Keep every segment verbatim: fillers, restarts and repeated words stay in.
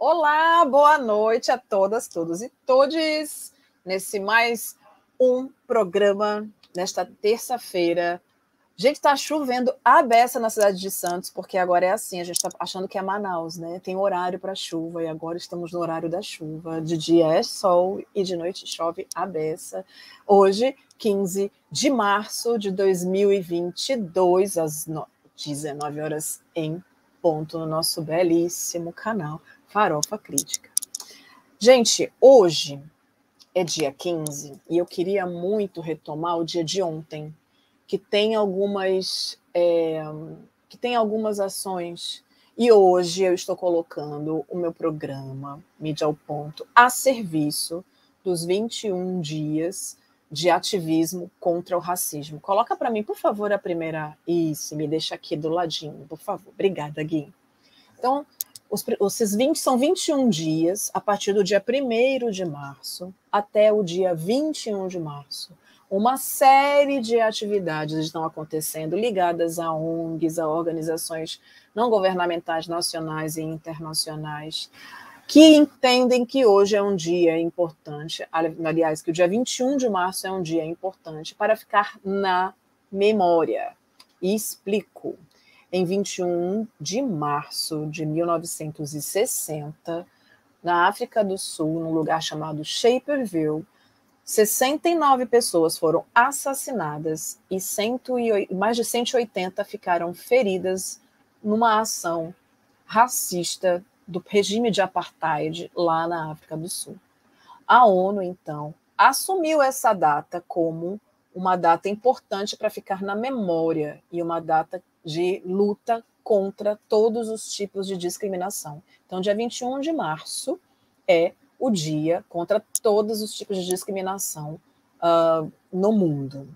Olá, boa noite a todas, todos e todes, nesse mais um programa, nesta terça-feira. Gente, tá chovendo a beça na cidade de Santos, porque agora é assim, a gente tá achando que é Manaus, né? Tem horário para chuva e agora estamos no horário da chuva. De dia é sol e de noite chove a beça. Hoje, quinze de março de dois mil e vinte e dois, às dezenove horas em ponto, no nosso belíssimo canal Farofa Crítica. Gente, hoje é dia quinze e eu queria muito retomar o dia de ontem, que tem algumas, é, que tem algumas ações. E hoje eu estou colocando o meu programa Mídia ao Ponto a serviço dos vinte e um dias de ativismo contra o racismo. Coloca para mim, por favor, a primeira. Isso, me deixa aqui do ladinho, por favor. Obrigada, Gui. Então, os, esses vinte, são vinte e um dias, a partir do dia primeiro de março até o dia vinte e um de março. Uma série de atividades estão acontecendo ligadas a O N Gs, a organizações não governamentais nacionais e internacionais, que entendem que hoje é um dia importante, aliás, que o dia vinte e um de março é um dia importante para ficar na memória. E explico. Em vinte e um de março de mil novecentos e sessenta, na África do Sul, num lugar chamado Shaperville, sessenta e nove pessoas foram assassinadas e cento e oito, mais de cento e oitenta ficaram feridas numa ação racista do regime de apartheid lá na África do Sul. A ONU, então, assumiu essa data como uma data importante para ficar na memória e uma data de luta contra todos os tipos de discriminação. Então, dia vinte e um de março é o dia contra todos os tipos de discriminação uh, no mundo.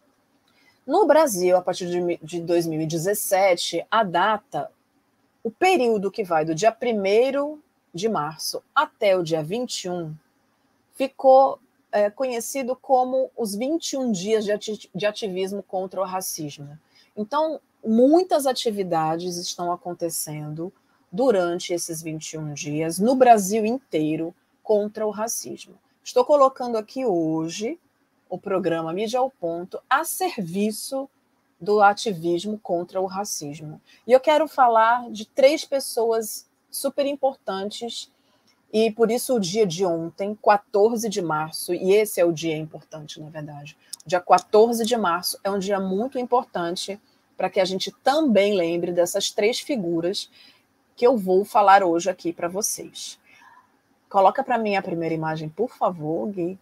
No Brasil, a partir de, de dois mil e dezessete, a data, o período que vai do dia primeiro de março até o dia vinte e um, ficou é, conhecido como os vinte e um dias de, ati de ativismo contra o racismo. Então, muitas atividades estão acontecendo durante esses vinte e um dias no Brasil inteiro contra o racismo. Estou colocando aqui hoje o programa Mídia ao Ponto a serviço do ativismo contra o racismo. E eu quero falar de três pessoas super importantes, e por isso o dia de ontem, quatorze de março, e esse é o dia importante, na verdade. O dia quatorze de março é um dia muito importante para que a gente também lembre dessas três figuras que eu vou falar hoje aqui para vocês. Coloca para mim a primeira imagem, por favor, Gui.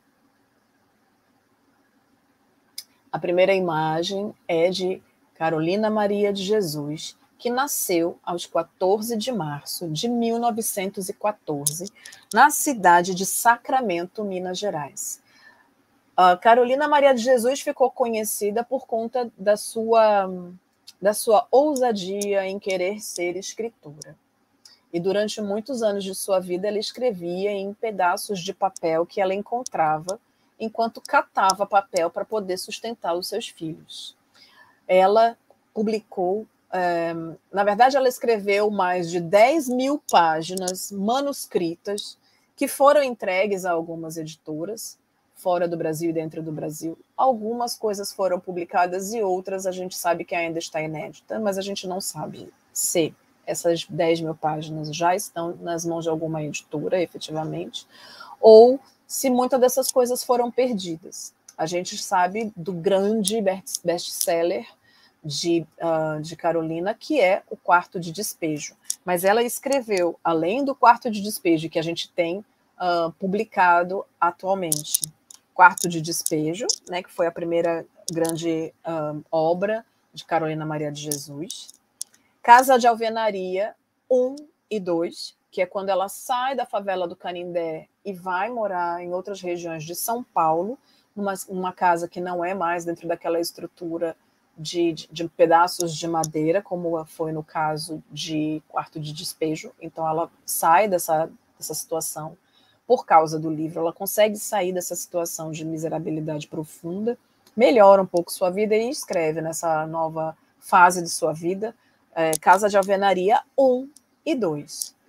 A primeira imagem é de Carolina Maria de Jesus, que nasceu aos quatorze de março de mil novecentos e quatorze, na cidade de Sacramento, Minas Gerais. A Carolina Maria de Jesus ficou conhecida por conta da sua, da sua ousadia em querer ser escritora. E durante muitos anos de sua vida, ela escrevia em pedaços de papel que ela encontrava enquanto catava papel para poder sustentar os seus filhos. Ela publicou, é, na verdade, ela escreveu mais de dez mil páginas manuscritas que foram entregues a algumas editoras, fora do Brasil e dentro do Brasil. Algumas coisas foram publicadas e outras a gente sabe que ainda está inédita, mas a gente não sabe se essas dez mil páginas já estão nas mãos de alguma editora, efetivamente, ou se muitas dessas coisas foram perdidas. A gente sabe do grande best-seller de, uh, de Carolina, que é O Quarto de Despejo. Mas ela escreveu, além do Quarto de Despejo, que a gente tem uh, publicado atualmente, Quarto de Despejo, né, que foi a primeira grande uh, obra de Carolina Maria de Jesus, Casa de Alvenaria um e dois, que é quando ela sai da favela do Canindé e vai morar em outras regiões de São Paulo, numa uma casa que não é mais dentro daquela estrutura de, de, de pedaços de madeira, como foi no caso de Quarto de Despejo. Então ela sai dessa, dessa situação por causa do livro, ela consegue sair dessa situação de miserabilidade profunda, melhora um pouco sua vida e escreve nessa nova fase de sua vida, É, Casa de Alvenaria um e dois.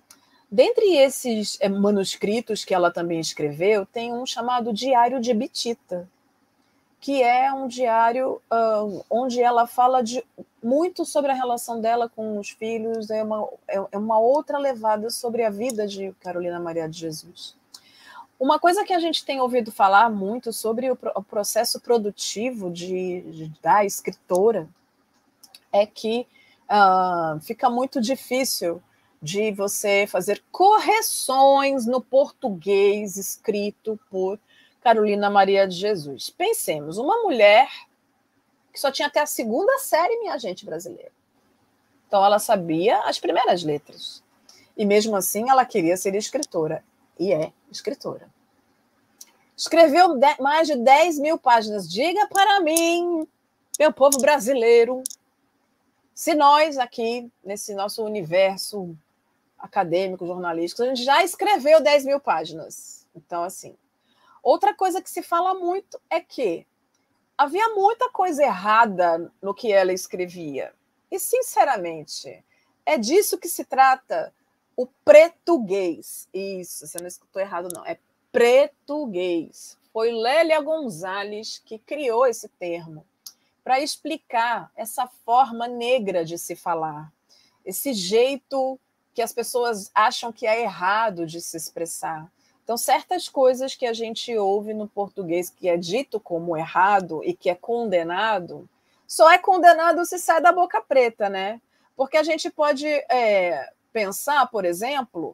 Dentre esses manuscritos que ela também escreveu, tem um chamado Diário de Bitita, que é um diário uh, onde ela fala de, muito sobre a relação dela com os filhos, é uma, é uma outra levada sobre a vida de Carolina Maria de Jesus. Uma coisa que a gente tem ouvido falar muito sobre o, o processo produtivo de, de, da escritora é que uh, fica muito difícil de você fazer correções no português escrito por Carolina Maria de Jesus. Pensemos, uma mulher que só tinha até a segunda série, minha gente brasileira. Então, ela sabia as primeiras letras. E, mesmo assim, ela queria ser escritora. E é escritora. Escreveu mais de dez mil páginas. Diga para mim, meu povo brasileiro, se nós aqui, nesse nosso universo acadêmico, jornalístico, a gente já escreveu dez mil páginas. Então, assim, outra coisa que se fala muito é que havia muita coisa errada no que ela escrevia. E, sinceramente, é disso que se trata o pretuguês. Isso, você não escutou errado, não. É pretuguês. Foi Lélia Gonzalez que criou esse termo para explicar essa forma negra de se falar, esse jeito que as pessoas acham que é errado de se expressar. Então, certas coisas que a gente ouve no português que é dito como errado e que é condenado, só é condenado se sai da boca preta, né? Porque a gente pode é, pensar, por exemplo,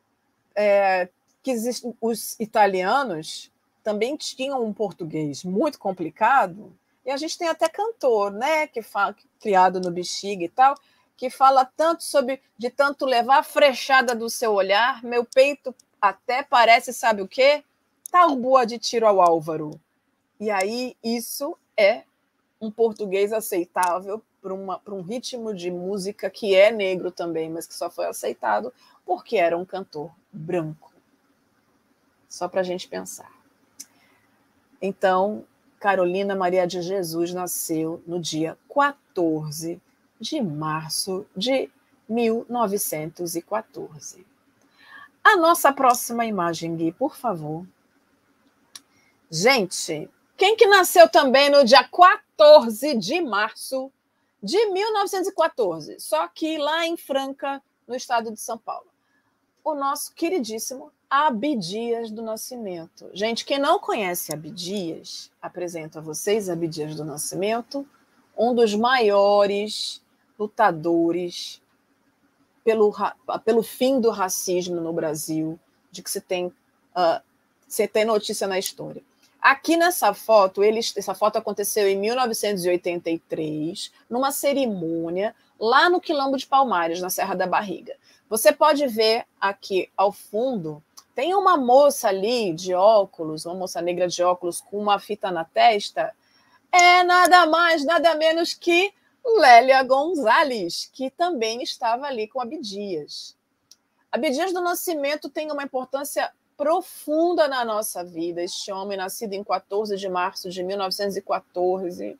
é, que os italianos também tinham um português muito complicado, e a gente tem até cantor, né, que fala, criado no Bexiga e tal, que fala tanto sobre de tanto levar a frechada do seu olhar, meu peito até parece, sabe o quê? Taboa de tiro ao Álvaro. E aí isso é um português aceitável para um ritmo de música que é negro também, mas que só foi aceitado porque era um cantor branco. Só para a gente pensar. Então, Carolina Maria de Jesus nasceu no dia quatorze de março de mil novecentos e quatorze. A nossa próxima imagem, Gui, por favor. Gente, quem que nasceu também no dia quatorze de março de mil novecentos e quatorze? Só que lá em Franca, no estado de São Paulo. O nosso queridíssimo Abdias do Nascimento. Gente, quem não conhece Abdias, apresento a vocês Abdias do Nascimento, um dos maiores lutadores pelo, pelo fim do racismo no Brasil, de que se tem, uh, se tem notícia na história. Aqui nessa foto, ele, essa foto aconteceu em mil novecentos e oitenta e três, numa cerimônia lá no Quilombo de Palmares, na Serra da Barriga. Você pode ver aqui ao fundo, tem uma moça ali de óculos, uma moça negra de óculos com uma fita na testa, é nada mais, nada menos que Lélia Gonzalez, que também estava ali com Abdias. Abdias do Nascimento tem uma importância profunda na nossa vida. Este homem, nascido em quatorze de março de mil novecentos e quatorze,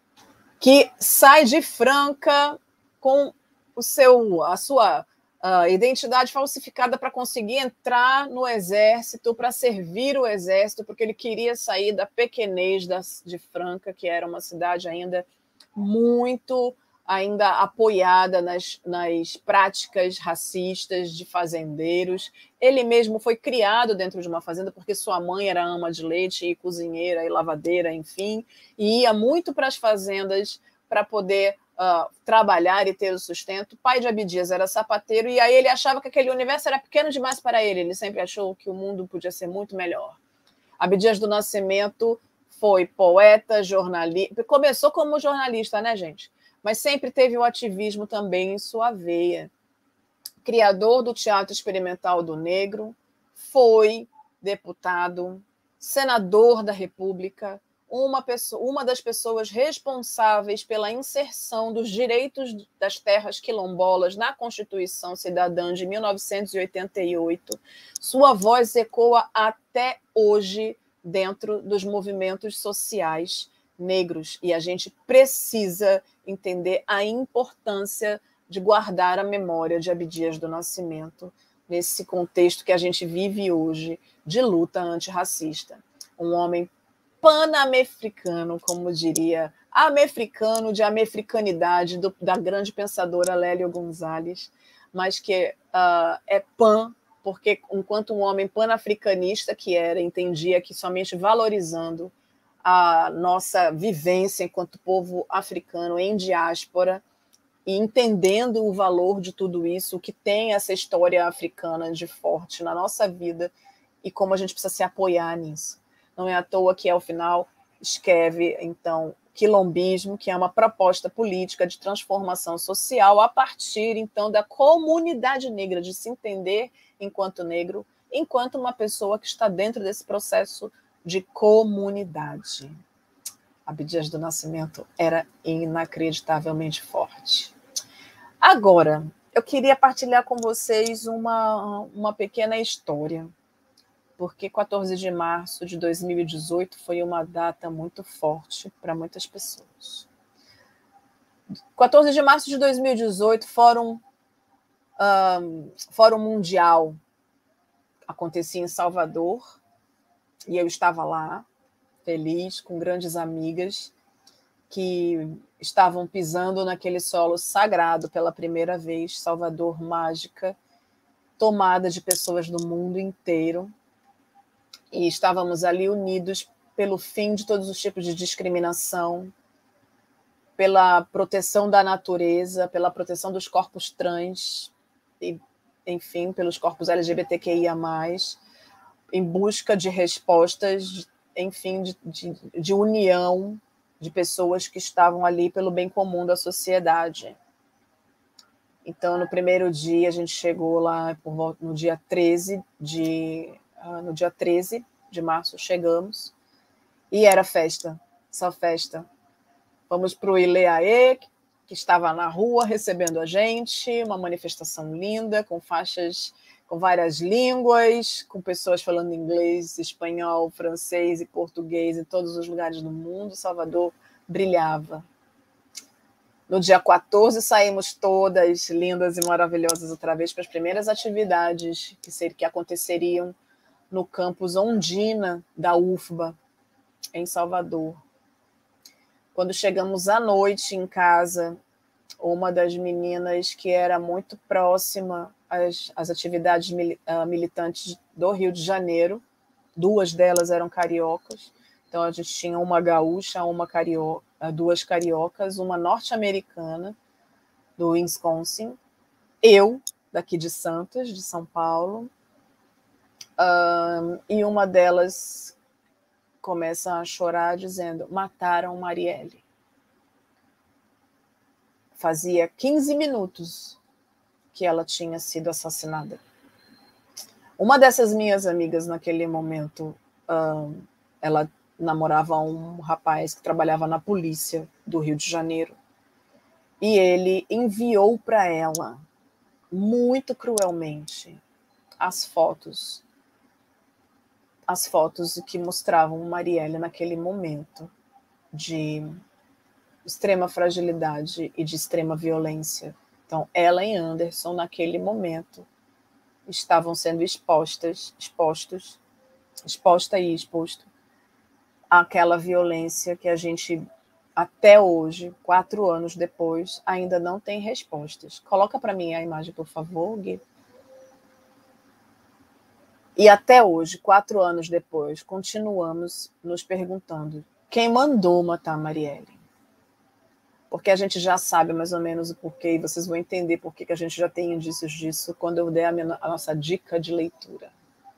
que sai de Franca com o seu, a sua uh, identidade falsificada para conseguir entrar no exército, para servir o exército, porque ele queria sair da pequenez das, de Franca, que era uma cidade ainda muito ainda apoiada nas, nas práticas racistas de fazendeiros. Ele mesmo foi criado dentro de uma fazenda porque sua mãe era ama de leite e cozinheira e lavadeira, enfim, e ia muito para as fazendas para poder uh, trabalhar e ter o sustento. O pai de Abdias era sapateiro e aí ele achava que aquele universo era pequeno demais para ele. Ele sempre achou que o mundo podia ser muito melhor. Abdias do Nascimento foi poeta, jornalista, começou como jornalista, né, gente? Mas sempre teve o ativismo também em sua veia. Criador do Teatro Experimental do Negro, foi deputado, senador da República, uma, pessoa, uma das pessoas responsáveis pela inserção dos direitos das terras quilombolas na Constituição Cidadã de mil novecentos e oitenta e oito. Sua voz ecoa até hoje dentro dos movimentos sociais negros, e a gente precisa entender a importância de guardar a memória de Abdias do Nascimento nesse contexto que a gente vive hoje de luta antirracista. Um homem panamericano, como diria, americano de americanidade do, da grande pensadora Lélia Gonzalez, mas que uh, é pan, porque enquanto um homem panafricanista que era, entendia que somente valorizando a nossa vivência enquanto povo africano em diáspora e entendendo o valor de tudo isso, o que tem essa história africana de forte na nossa vida e como a gente precisa se apoiar nisso. Não é à toa que, ao final, escreve, então, Quilombismo, que é uma proposta política de transformação social a partir, então, da comunidade negra, de se entender enquanto negro, enquanto uma pessoa que está dentro desse processo de comunidade. Abdias do Nascimento era inacreditavelmente forte. Agora, eu queria partilhar com vocês uma, uma pequena história, porque quatorze de março de dois mil e dezoito foi uma data muito forte para muitas pessoas. quatorze de março de dois mil e dezoito, Fórum, um, Fórum Mundial acontecia em Salvador, e eu estava lá, feliz, com grandes amigas, que estavam pisando naquele solo sagrado pela primeira vez, Salvador mágica, tomada de pessoas do mundo inteiro, e estávamos ali unidos pelo fim de todos os tipos de discriminação, pela proteção da natureza, pela proteção dos corpos trans, e, enfim, pelos corpos L G B T Q I A mais, em busca de respostas, enfim, de, de, de união de pessoas que estavam ali pelo bem comum da sociedade. Então, no primeiro dia, a gente chegou lá por volta, no dia treze de, uh, no dia treze de março, chegamos, e era festa, só festa. Fomos para o Ileaê, que estava na rua recebendo a gente, uma manifestação linda, com faixas com várias línguas, com pessoas falando inglês, espanhol, francês e português em todos os lugares do mundo. Salvador brilhava. No dia quatorze, saímos todas lindas e maravilhosas outra vez para as primeiras atividades que, ser, que aconteceriam no campus Ondina da U F B A, em Salvador. Quando chegamos à noite em casa, uma das meninas que era muito próxima às, às atividades mil, uh, militantes do Rio de Janeiro, duas delas eram cariocas, então a gente tinha uma gaúcha, uma carioca, duas cariocas, uma norte-americana do Wisconsin, eu, daqui de Santos, de São Paulo, uh, e uma delas começa a chorar dizendo: mataram Marielle. Fazia quinze minutos que ela tinha sido assassinada. Uma dessas minhas amigas, naquele momento, uh, ela namorava um rapaz que trabalhava na polícia do Rio de Janeiro, e ele enviou para ela, muito cruelmente, as fotos, as fotos que mostravam Marielle naquele momento de extrema fragilidade e de extrema violência. Então, ela e Anderson, naquele momento, estavam sendo expostas, expostos, exposta e exposto àquela violência que a gente, até hoje, quatro anos depois, ainda não tem respostas. Coloca para mim a imagem, por favor, Gui. E até hoje, quatro anos depois, continuamos nos perguntando: quem mandou matar Marielle? Porque a gente já sabe mais ou menos o porquê, e vocês vão entender por que a gente já tem indícios disso quando eu der a, minha, a nossa dica de leitura.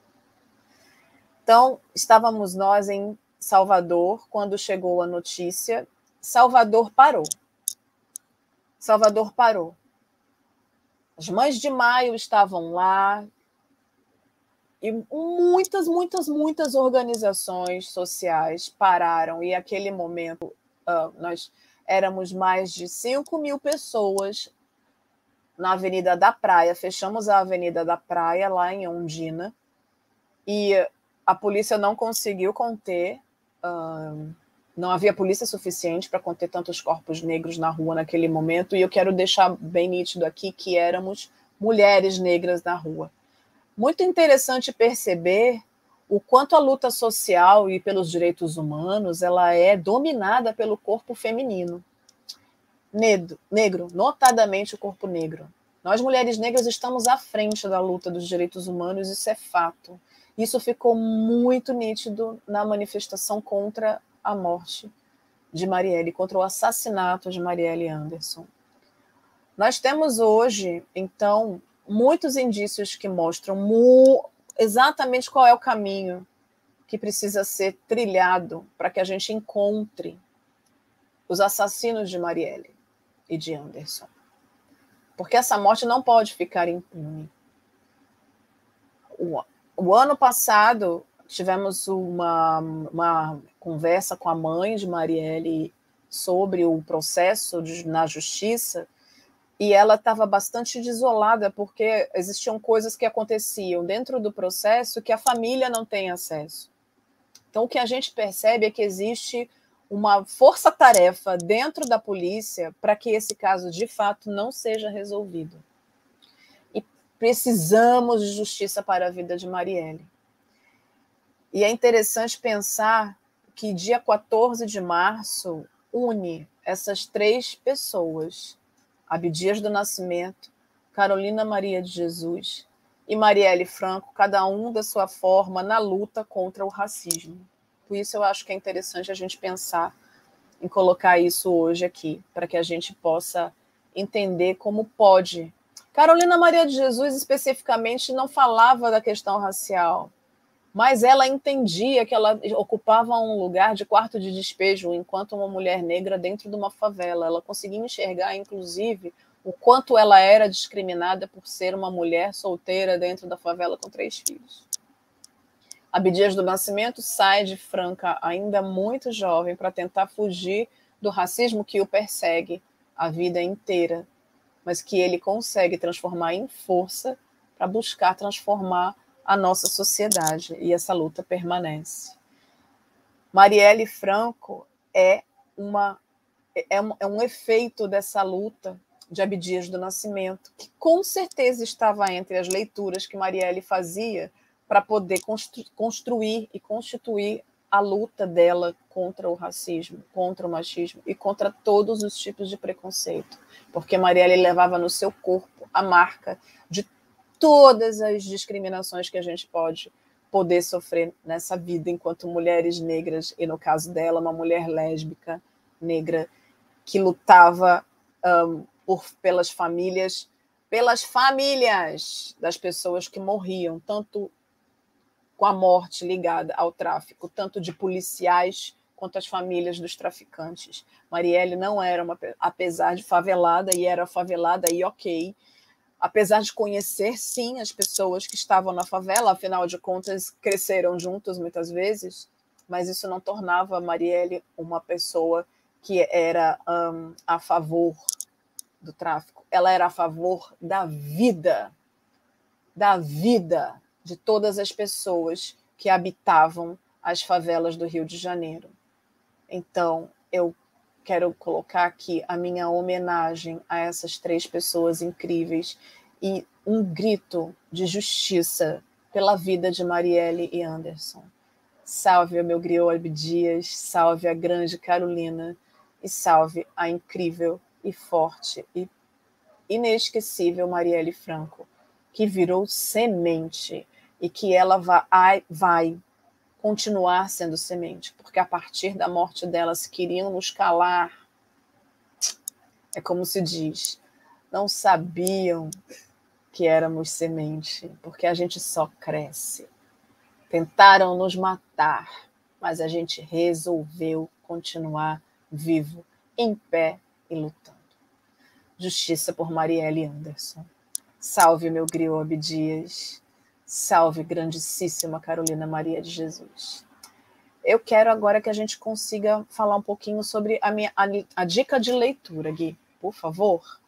Então, estávamos nós em Salvador, quando chegou a notícia, Salvador parou. Salvador parou. As Mães de Maio estavam lá, e muitas, muitas, muitas organizações sociais pararam, e naquele momento uh, nós éramos mais de cinco mil pessoas na Avenida da Praia. Fechamos a Avenida da Praia, lá em Ondina, e a polícia não conseguiu conter, uh, não havia polícia suficiente para conter tantos corpos negros na rua naquele momento, e eu quero deixar bem nítido aqui que éramos mulheres negras na rua. Muito interessante perceber o quanto a luta social e pelos direitos humanos ela é dominada pelo corpo feminino. Negro, negro, notadamente o corpo negro. Nós, mulheres negras, estamos à frente da luta dos direitos humanos, isso é fato. Isso ficou muito nítido na manifestação contra a morte de Marielle, contra o assassinato de Marielle Anderson. Nós temos hoje, então, muitos indícios que mostram exatamente qual é o caminho que precisa ser trilhado para que a gente encontre os assassinos de Marielle e de Anderson. Porque essa morte não pode ficar impune. O, o ano passado, tivemos uma, uma conversa com a mãe de Marielle sobre o processo de, na justiça, e ela estava bastante desolada, porque existiam coisas que aconteciam dentro do processo que a família não tem acesso. Então, o que a gente percebe é que existe uma força-tarefa dentro da polícia para que esse caso, de fato, não seja resolvido. E precisamos de justiça para a vida de Marielle. E é interessante pensar que dia quatorze de março une essas três pessoas, Abdias do Nascimento, Carolina Maria de Jesus e Marielle Franco, cada um da sua forma, na luta contra o racismo. Por isso eu acho que é interessante a gente pensar em colocar isso hoje aqui, para que a gente possa entender como pode. Carolina Maria de Jesus, especificamente, não falava da questão racial, mas ela entendia que ela ocupava um lugar de quarto de despejo enquanto uma mulher negra dentro de uma favela. Ela conseguia enxergar, inclusive, o quanto ela era discriminada por ser uma mulher solteira dentro da favela com três filhos. Abdias do Nascimento sai de Franca ainda muito jovem para tentar fugir do racismo que o persegue a vida inteira, mas que ele consegue transformar em força para buscar transformar a nossa sociedade, e essa luta permanece. Marielle Franco é, uma, é, um, é um efeito dessa luta de Abdias do Nascimento, que com certeza estava entre as leituras que Marielle fazia para poder constru, construir e constituir a luta dela contra o racismo, contra o machismo e contra todos os tipos de preconceito, porque Marielle levava no seu corpo a marca de todas as discriminações que a gente pode poder sofrer nessa vida enquanto mulheres negras, e no caso dela, uma mulher lésbica negra que lutava um, por, pelas famílias, pelas famílias das pessoas que morriam, tanto com a morte ligada ao tráfico, tanto de policiais quanto as famílias dos traficantes. Marielle não era uma, apesar de favelada, e era favelada e ok, apesar de conhecer, sim, as pessoas que estavam na favela, afinal de contas, cresceram juntos muitas vezes, mas isso não tornava Marielle uma pessoa que era um, a favor do tráfico. Ela era a favor da vida, da vida de todas as pessoas que habitavam as favelas do Rio de Janeiro. Então, eu quero colocar aqui a minha homenagem a essas três pessoas incríveis e um grito de justiça pela vida de Marielle e Anderson. Salve o meu griot Abdias, salve a grande Carolina e salve a incrível e forte e inesquecível Marielle Franco, que virou semente e que ela vai, vai continuar sendo semente, porque a partir da morte dela, se queriam nos calar, é como se diz, não sabiam que éramos semente, porque a gente só cresce. Tentaram nos matar, mas a gente resolveu continuar vivo, em pé e lutando. Justiça por Marielle Anderson. Salve meu griot Abdias. Salve grandíssima Carolina Maria de Jesus. Eu quero agora que a gente consiga falar um pouquinho sobre a, minha, a, a dica de leitura, Gui, por favor.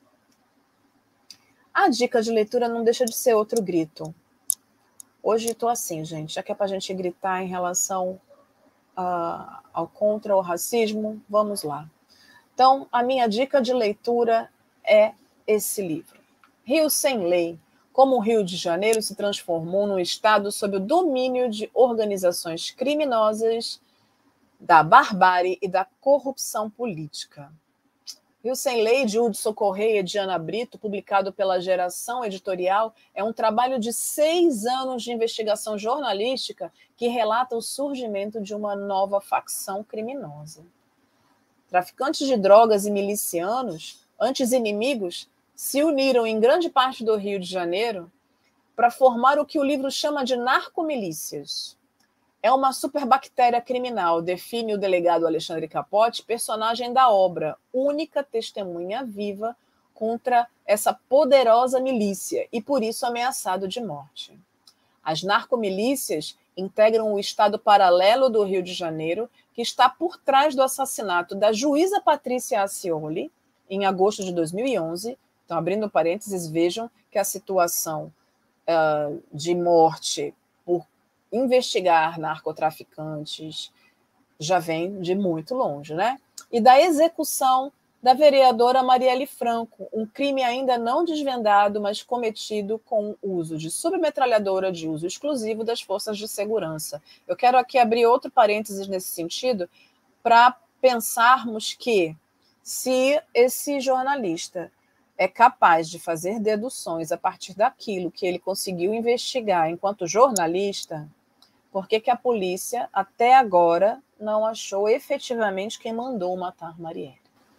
A dica de leitura não deixa de ser outro grito. Hoje estou assim, gente, já que é para a gente gritar em relação uh, ao contra o racismo, vamos lá. Então, a minha dica de leitura é esse livro, Rio Sem Lei, como o Rio de Janeiro se transformou num estado sob o domínio de organizações criminosas, da barbárie e da corrupção política. Rio Sem Lei, de Hudson Correia e Diana Brito, publicado pela Geração Editorial, é um trabalho de seis anos de investigação jornalística que relata o surgimento de uma nova facção criminosa. Traficantes de drogas e milicianos, antes inimigos, se uniram em grande parte do Rio de Janeiro para formar o que o livro chama de narcomilícias. É uma superbactéria criminal, define o delegado Alexandre Capote, personagem da obra, única testemunha viva contra essa poderosa milícia e, por isso, ameaçado de morte. As narcomilícias integram o estado paralelo do Rio de Janeiro, que está por trás do assassinato da juíza Patrícia Acioli, em agosto de dois mil e onze. Então, abrindo parênteses, vejam que a situação uh, de morte por investigar narcotraficantes já vem de muito longe, né? E da execução da vereadora Marielle Franco, um crime ainda não desvendado, mas cometido com o uso de submetralhadora de uso exclusivo das forças de segurança. Eu quero aqui abrir outro parênteses nesse sentido para pensarmos que se esse jornalista é capaz de fazer deduções a partir daquilo que ele conseguiu investigar enquanto jornalista, por que que a polícia, até agora, não achou efetivamente quem mandou matar Marielle?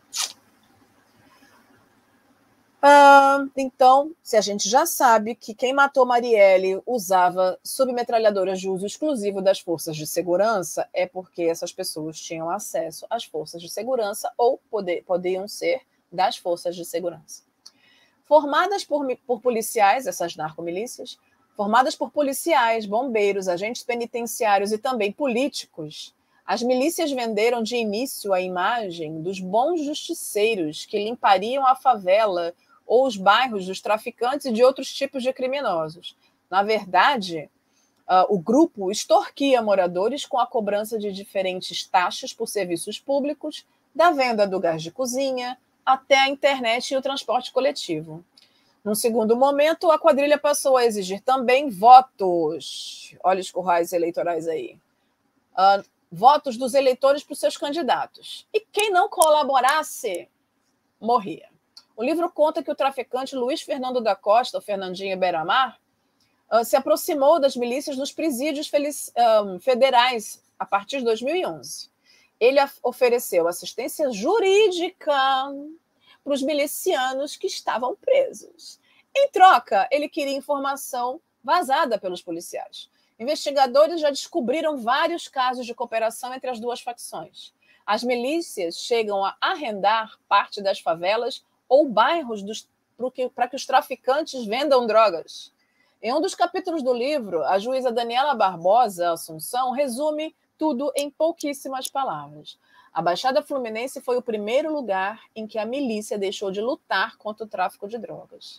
Ah, então, se a gente já sabe que quem matou Marielle usava submetralhadoras de uso exclusivo das forças de segurança, é porque essas pessoas tinham acesso às forças de segurança ou poder, podiam ser das forças de segurança. Formadas por, por policiais, essas narcomilícias, formadas por policiais, bombeiros, agentes penitenciários e também políticos, as milícias venderam de início a imagem dos bons justiceiros que limpariam a favela ou os bairros dos traficantes e de outros tipos de criminosos. Na verdade, uh, o grupo extorquia moradores com a cobrança de diferentes taxas por serviços públicos, da venda do gás de cozinha até a internet e o transporte coletivo. Num segundo momento, a quadrilha passou a exigir também votos. Olha os currais eleitorais aí. Uh, votos dos eleitores para os seus candidatos. E quem não colaborasse, morria. O livro conta que o traficante Luiz Fernando da Costa, o Fernandinho Beiramar, uh, se aproximou das milícias nos presídios uh, federais a partir de dois mil e onze. Ele ofereceu assistência jurídica para os milicianos que estavam presos. Em troca, ele queria informação vazada pelos policiais. Investigadores já descobriram vários casos de cooperação entre as duas facções. As milícias chegam a arrendar parte das favelas ou bairros para que os traficantes vendam drogas. Em um dos capítulos do livro, a juíza Daniela Barbosa Assunção resume tudo em pouquíssimas palavras. A Baixada Fluminense foi o primeiro lugar em que a milícia deixou de lutar contra o tráfico de drogas.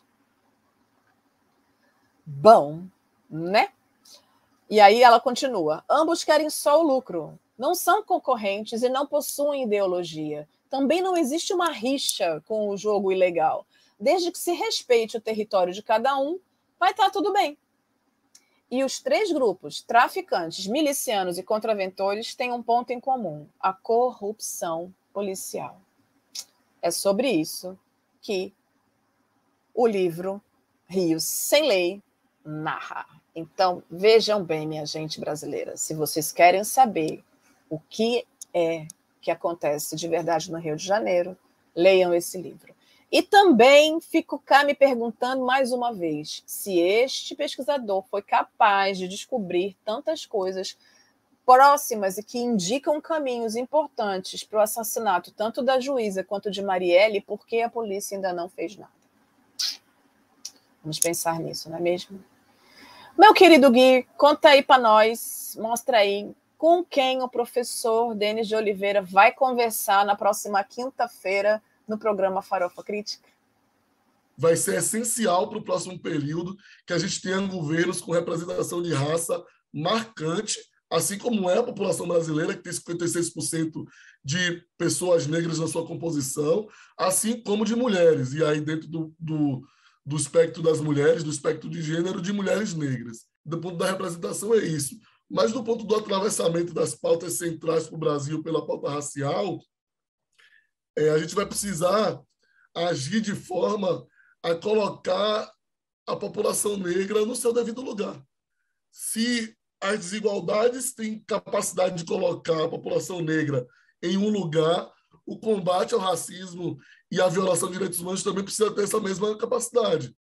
Bom, né? E aí ela continua. Ambos querem só o lucro. Não são concorrentes e não possuem ideologia. Também não existe uma rixa com o jogo ilegal. Desde que se respeite o território de cada um, vai estar tudo bem. E os três grupos, traficantes, milicianos e contraventores, têm um ponto em comum: a corrupção policial. É sobre isso que o livro Rio Sem Lei narra. Então, vejam bem, minha gente brasileira, se vocês querem saber o que é que acontece de verdade no Rio de Janeiro, leiam esse livro. E também fico cá me perguntando mais uma vez se este pesquisador foi capaz de descobrir tantas coisas próximas e que indicam caminhos importantes para o assassinato tanto da juíza quanto de Marielle, porque a polícia ainda não fez nada. Vamos pensar nisso, não é mesmo? Meu querido Gui, conta aí para nós, mostra aí com quem o professor Denis de Oliveira vai conversar na próxima quinta-feira no programa Farofa Crítica. Vai ser essencial para o próximo período que a gente tenha governos com representação de raça marcante, assim como é a população brasileira, que tem cinquenta e seis por cento de pessoas negras na sua composição, assim como de mulheres. E aí, dentro do, do, do espectro das mulheres, do espectro de gênero de mulheres negras. Do ponto da representação é isso. Mas do ponto do atravessamento das pautas centrais para o Brasil pela pauta racial, é, a gente vai precisar agir de forma a colocar a população negra no seu devido lugar. Se as desigualdades têm capacidade de colocar a população negra em um lugar, o combate ao racismo e à violação de direitos humanos também precisa ter essa mesma capacidade.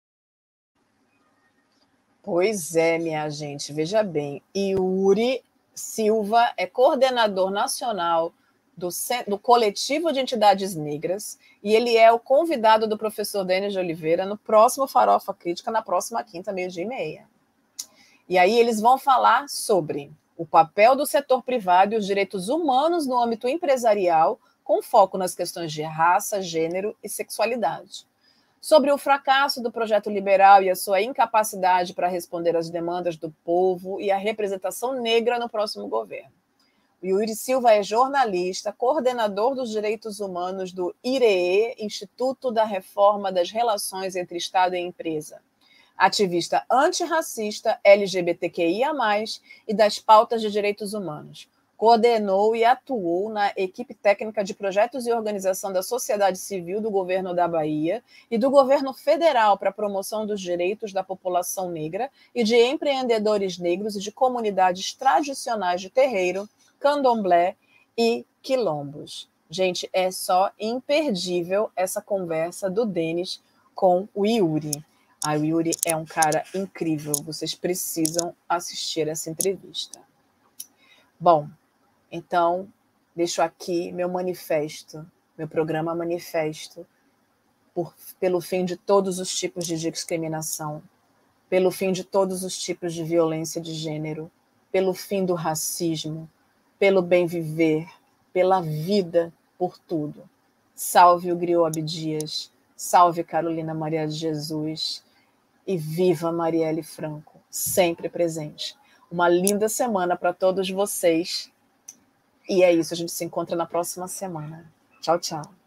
Pois é, minha gente, veja bem, Yuri Silva é coordenador nacional do, do Coletivo de Entidades Negras e ele é o convidado do professor Denis de Oliveira no próximo Farofa Crítica, na próxima quinta, meio-dia e meia. E aí eles vão falar sobre o papel do setor privado e os direitos humanos no âmbito empresarial, com foco nas questões de raça, gênero e sexualidade. Sobre o fracasso do projeto liberal e a sua incapacidade para responder às demandas do povo e a representação negra no próximo governo. O Yuri Silva é jornalista, coordenador dos direitos humanos do I R E E, Instituto da Reforma das Relações entre Estado e Empresa, ativista antirracista, L G B T Q I A mais, e das pautas de direitos humanos. Coordenou e atuou na equipe técnica de projetos e organização da sociedade civil do governo da Bahia e do governo federal para a promoção dos direitos da população negra e de empreendedores negros e de comunidades tradicionais de terreiro, candomblé e quilombos. Gente, é só imperdível essa conversa do Denis com o Yuri. A Yuri é um cara incrível, vocês precisam assistir essa entrevista. Bom, então, deixo aqui meu manifesto, meu programa manifesto, por, pelo fim de todos os tipos de discriminação, pelo fim de todos os tipos de violência de gênero, pelo fim do racismo, pelo bem viver, pela vida, por tudo. Salve o Griot Abdias, salve Carolina Maria de Jesus e viva Marielle Franco, sempre presente. Uma linda semana para todos vocês. E é isso, a gente se encontra na próxima semana. Tchau, tchau.